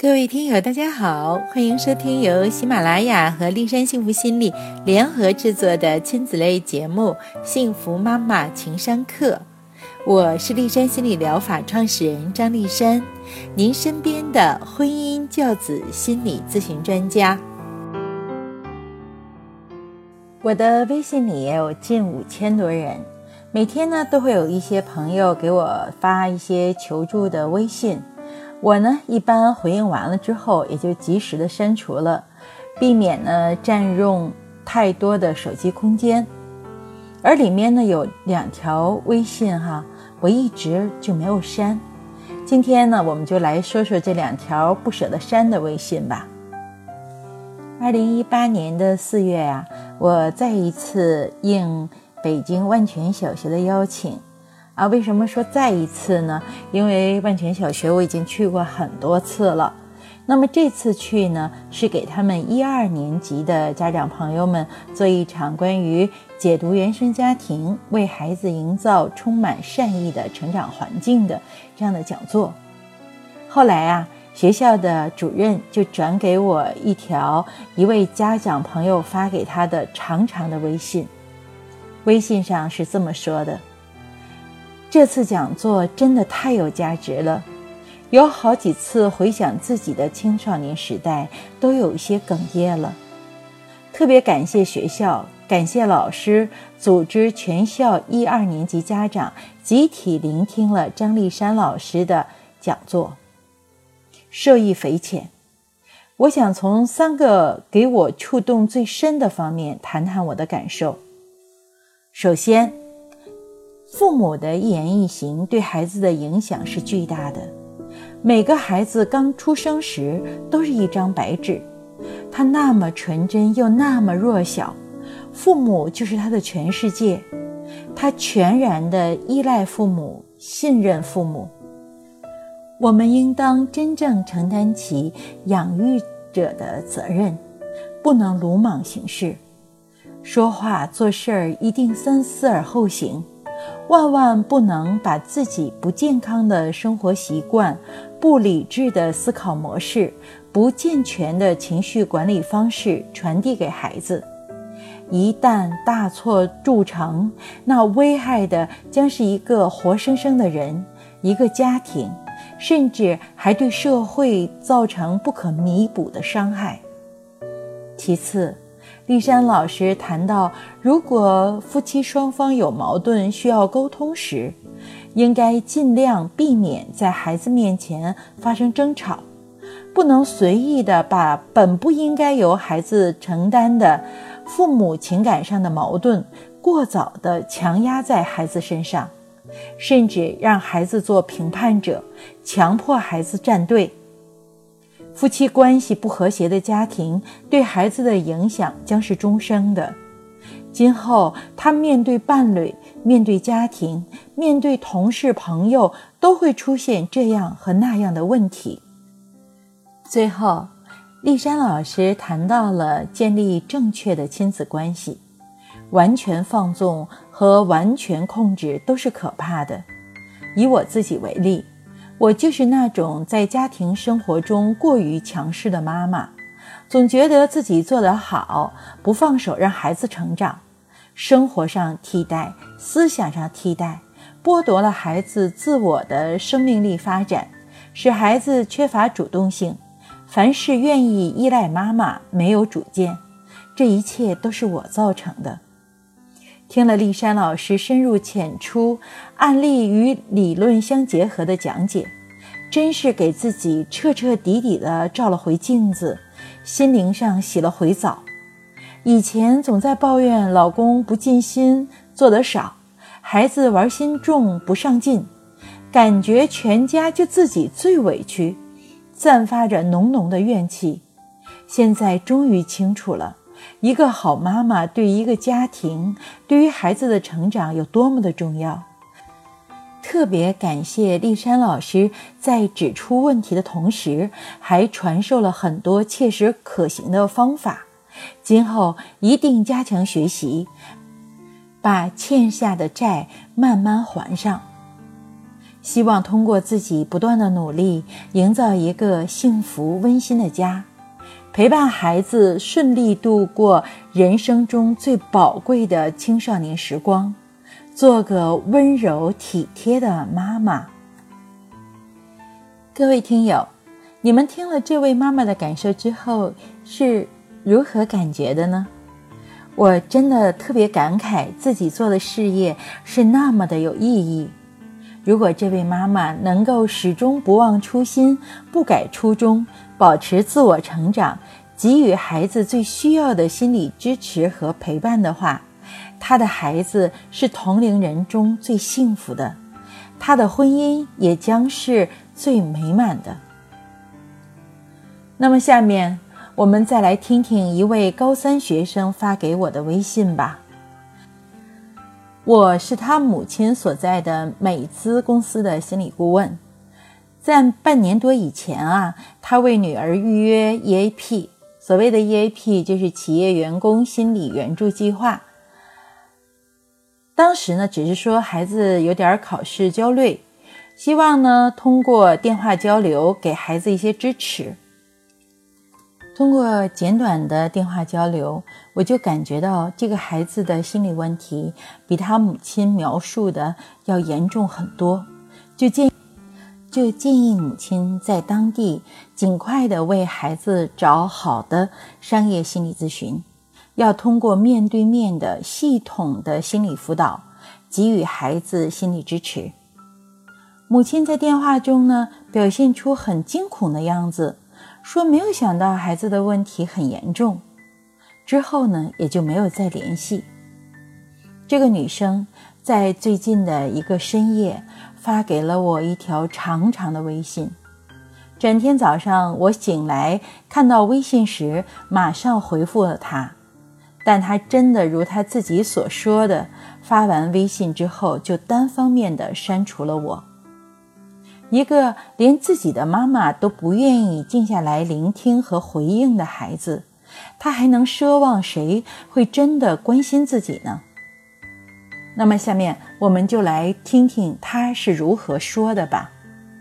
各位听友大家好，欢迎收听由喜马拉雅和丽山幸福心理联合制作的亲子类节目《幸福妈妈情商课》。我是丽山心理疗法创始人张丽山，您身边的婚姻教子心理咨询专家。我的微信里也有近5000多人，每天呢都会有一些朋友给我发一些求助的微信，我呢一般回应完了之后也就及时的删除了，避免呢占用太多的手机空间。而里面呢有2条微信我一直就没有删。今天呢我们就来说说这2条不舍得删的微信吧。2018年的4月我再一次应北京万泉小学的邀请为什么说再一次呢？因为万泉小学我已经去过很多次了，那么这次去呢是给他们1、2年级的家长朋友们做一场关于解读原生家庭，为孩子营造充满善意的成长环境的这样的讲座。后来学校的主任就转给我一位家长朋友发给他的长长的微信，微信上是这么说的：这次讲座真的太有价值了，有好几次回想自己的青少年时代都有一些哽咽了，特别感谢学校，感谢老师组织全校1、2年级家长集体聆听了张丽山老师的讲座，受益匪浅。我想从3个给我触动最深的方面谈谈我的感受。首先，父母的一言一行对孩子的影响是巨大的。每个孩子刚出生时都是一张白纸，他那么纯真又那么弱小，父母就是他的全世界，他全然的依赖父母，信任父母。我们应当真正承担起养育者的责任，不能鲁莽行事，说话做事一定三思而后行，万万不能把自己不健康的生活习惯、不理智的思考模式、不健全的情绪管理方式传递给孩子。一旦大错铸成，那危害的将是一个活生生的人，一个家庭，甚至还对社会造成不可弥补的伤害。其次，丽山老师谈到，如果夫妻双方有矛盾需要沟通时，应该尽量避免在孩子面前发生争吵，不能随意的把本不应该由孩子承担的父母情感上的矛盾过早的强压在孩子身上，甚至让孩子做评判者，强迫孩子站队。夫妻关系不和谐的家庭对孩子的影响将是终生的。今后他面对伴侣、面对家庭、面对同事朋友都会出现这样和那样的问题。最后，丽山老师谈到了建立正确的亲子关系，完全放纵和完全控制都是可怕的。以我自己为例，我就是那种在家庭生活中过于强势的妈妈，总觉得自己做得好，不放手让孩子成长，生活上替代，思想上替代，剥夺了孩子自我的生命力发展，使孩子缺乏主动性，凡事愿意依赖妈妈，没有主见，这一切都是我造成的。听了丽山老师深入浅出、案例与理论相结合的讲解，真是给自己彻彻底底的照了回镜子，心灵上洗了回澡。以前总在抱怨老公不尽心，做得少，孩子玩心重不上进，感觉全家就自己最委屈，散发着浓浓的怨气。现在终于清楚了，一个好妈妈对一个家庭，对于孩子的成长有多么的重要。特别感谢丽山老师在指出问题的同时，还传授了很多切实可行的方法，今后一定加强学习，把欠下的债慢慢还上。 希望通过自己不断的努力，营造一个幸福温馨的家，陪伴孩子顺利度过人生中最宝贵的青少年时光，做个温柔体贴的妈妈。各位听友，你们听了这位妈妈的感受之后是如何感觉的呢？我真的特别感慨自己做的事业是那么的有意义。如果这位妈妈能够始终不忘初心，不改初衷，保持自我成长，给予孩子最需要的心理支持和陪伴的话，她的孩子是同龄人中最幸福的，她的婚姻也将是最美满的。那么下面我们再来听听一位高3学生发给我的微信吧。我是他母亲所在的美资公司的心理顾问，在半年多以前他为女儿预约 EAP， 所谓的 EAP 就是企业员工心理援助计划。当时呢，只是说孩子有点考试焦虑，希望呢通过电话交流给孩子一些支持。通过简短的电话交流，我就感觉到这个孩子的心理问题比他母亲描述的要严重很多，就建议母亲在当地尽快的为孩子找好的商业心理咨询，要通过面对面的系统的心理辅导，给予孩子心理支持。母亲在电话中呢，表现出很惊恐的样子，说没有想到孩子的问题很严重，之后呢也就没有再联系。这个女生在最近的一个深夜发给了我一条长长的微信，整天早上我醒来看到微信时马上回复了她，但她真的如她自己所说的，发完微信之后就单方面的删除了我。一个连自己的妈妈都不愿意静下来聆听和回应的孩子，他还能奢望谁会真的关心自己呢？那么下面我们就来听听他是如何说的吧。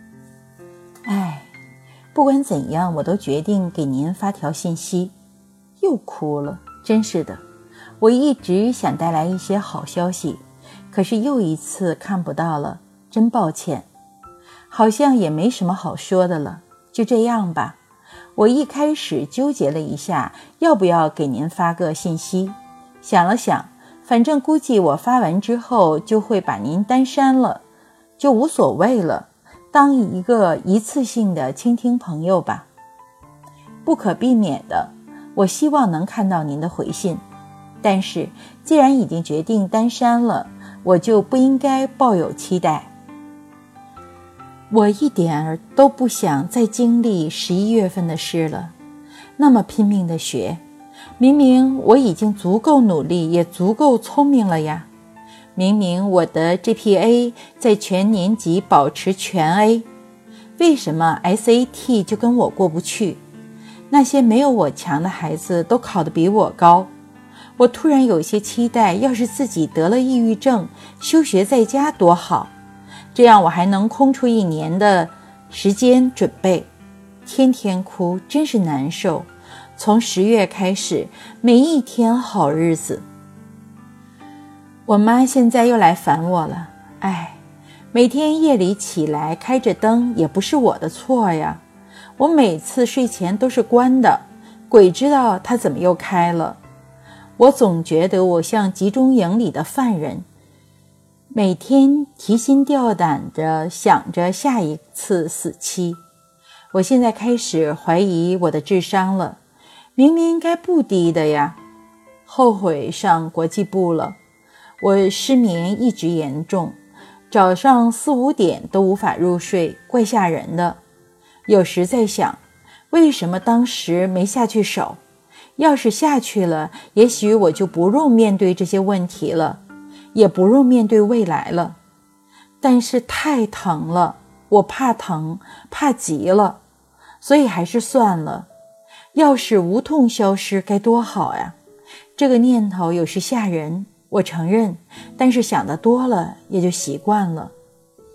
不管怎样，我都决定给您发条信息。又哭了，真是的。我一直想带来一些好消息，可是又一次看不到了，真抱歉。好像也没什么好说的了，就这样吧。我一开始纠结了一下，要不要给您发个信息，想了想，反正估计我发完之后就会把您单删了，就无所谓了，当一个一次性的倾听朋友吧。不可避免的，我希望能看到您的回信，但是既然已经决定单删了，我就不应该抱有期待。我一点儿都不想再经历11月份的事了，那么拼命的学，明明我已经足够努力，也足够聪明了呀。明明我的 GPA 在全年级保持全 A， 为什么 SAT 就跟我过不去？那些没有我强的孩子都考得比我高。我突然有些期待，要是自己得了抑郁症，休学在家多好，这样我还能空出1年的时间准备。天天哭真是难受，从10月开始，没一天好日子。我妈现在又来烦我了，每天夜里起来开着灯也不是我的错呀，我每次睡前都是关的，鬼知道她怎么又开了。我总觉得我像集中营里的犯人，每天提心吊胆着想着下一次死期。我现在开始怀疑我的智商了，明明应该不低的呀。后悔上国际部了，我失眠一直严重，早上4、5点都无法入睡，怪吓人的。有时在想，为什么当时没下去手？要是下去了，也许我就不用面对这些问题了，也不用面对未来了。但是太疼了，我怕疼，怕极了，所以还是算了。要是无痛消失该多好呀！这个念头有时吓人，我承认，但是想得多了也就习惯了。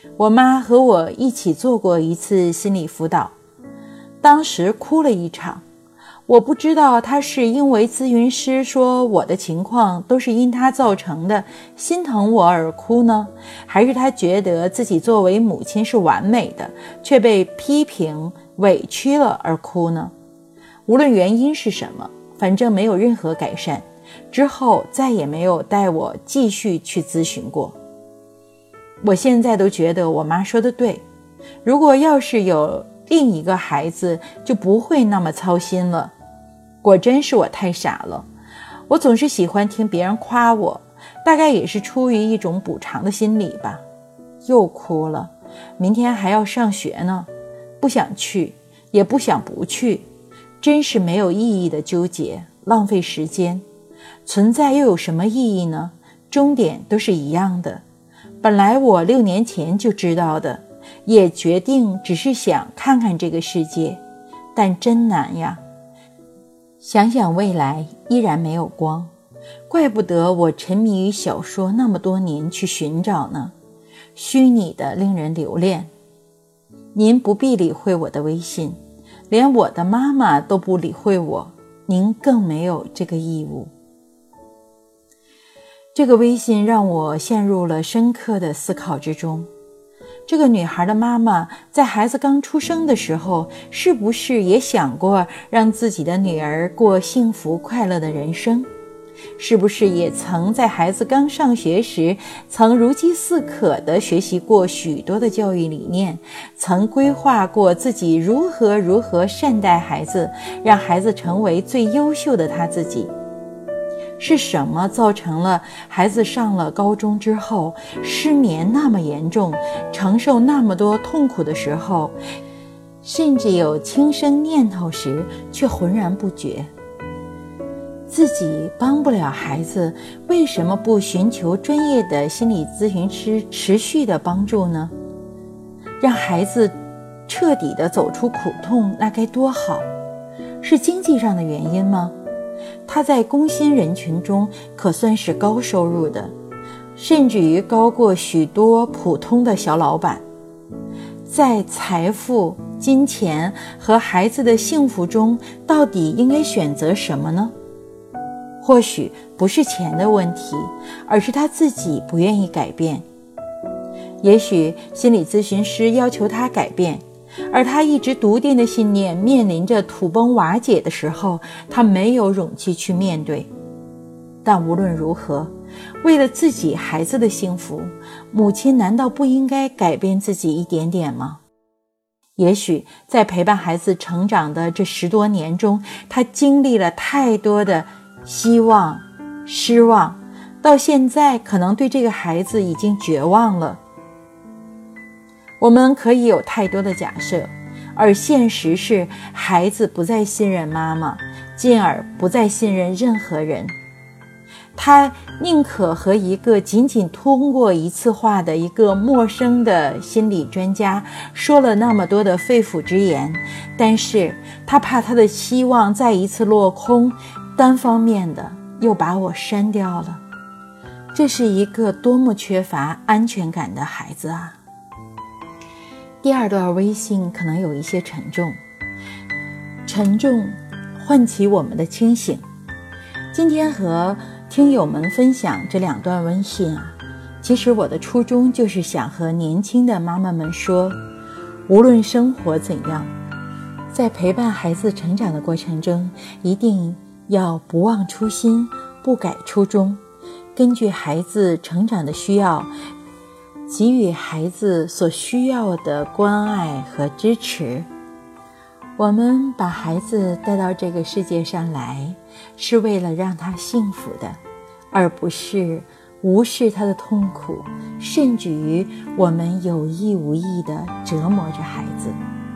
我妈和我一起做过一次心理辅导，当时哭了一场。我不知道她是因为咨询师说我的情况都是因她造成的，心疼我而哭呢，还是她觉得自己作为母亲是完美的，却被批评委屈了而哭呢？无论原因是什么，反正没有任何改善，之后再也没有带我继续去咨询过。我现在都觉得我妈说的对，如果要是有另一个孩子，就不会那么操心了。果真是我太傻了，我总是喜欢听别人夸我，大概也是出于一种补偿的心理吧。又哭了，明天还要上学呢，不想去，也不想不去，真是没有意义的纠结，浪费时间。存在又有什么意义呢？终点都是一样的。本来我6年前就知道的，也决定只是想看看这个世界，但真难呀。想想未来依然没有光，怪不得我沉迷于小说那么多年去寻找呢，虚拟的令人留恋。您不必理会我的微信，连我的妈妈都不理会我，您更没有这个义务。这个微信让我陷入了深刻的思考之中。这个女孩的妈妈在孩子刚出生的时候，是不是也想过让自己的女儿过幸福快乐的人生？是不是也曾在孩子刚上学时，曾如饥似渴地学习过许多的教育理念，曾规划过自己如何善待孩子，让孩子成为最优秀的他自己？是什么造成了孩子上了高中之后，失眠那么严重，承受那么多痛苦的时候，甚至有轻生念头时却浑然不觉？自己帮不了孩子，为什么不寻求专业的心理咨询师持续的帮助呢？让孩子彻底的走出苦痛，那该多好。是经济上的原因吗？他在工薪人群中可算是高收入的，甚至于高过许多普通的小老板。在财富、金钱和孩子的幸福中，到底应该选择什么呢？或许不是钱的问题，而是他自己不愿意改变。也许心理咨询师要求他改变，而他一直笃定的信念面临着土崩瓦解的时候，他没有勇气去面对。但无论如何，为了自己孩子的幸福，母亲难道不应该改变自己一点点吗？也许在陪伴孩子成长的这10多年中，他经历了太多的希望、失望，到现在可能对这个孩子已经绝望了。我们可以有太多的假设，而现实是孩子不再信任妈妈，进而不再信任任何人。他宁可和一个仅仅通过一次话的一个陌生的心理专家说了那么多的肺腑之言，但是他怕他的希望再一次落空，单方面的又把我删掉了。这是一个多么缺乏安全感的孩子啊！第2段微信可能有一些沉重唤起我们的清醒。今天和听友们分享这2段微信啊，其实我的初衷就是想和年轻的妈妈们说，无论生活怎样，在陪伴孩子成长的过程中，一定要不忘初心，不改初衷，根据孩子成长的需要，给予孩子所需要的关爱和支持。我们把孩子带到这个世界上来，是为了让他幸福的，而不是无视他的痛苦，甚至于我们有意无意地折磨着孩子。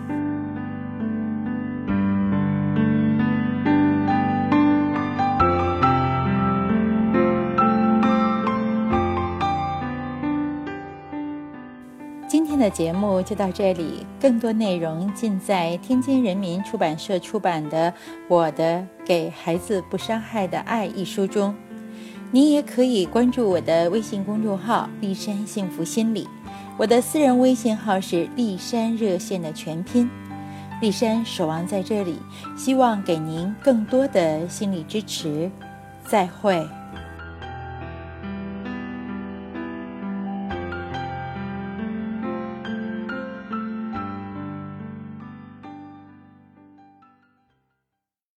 今天的节目就到这里，更多内容尽在天津人民出版社出版的《我的给孩子不伤害的爱》一书中。您也可以关注我的微信公众号“丽山幸福心理”， 我的私人微信号是丽山热线的全拼，丽山守望在这里，希望给您更多的心理支持。再会。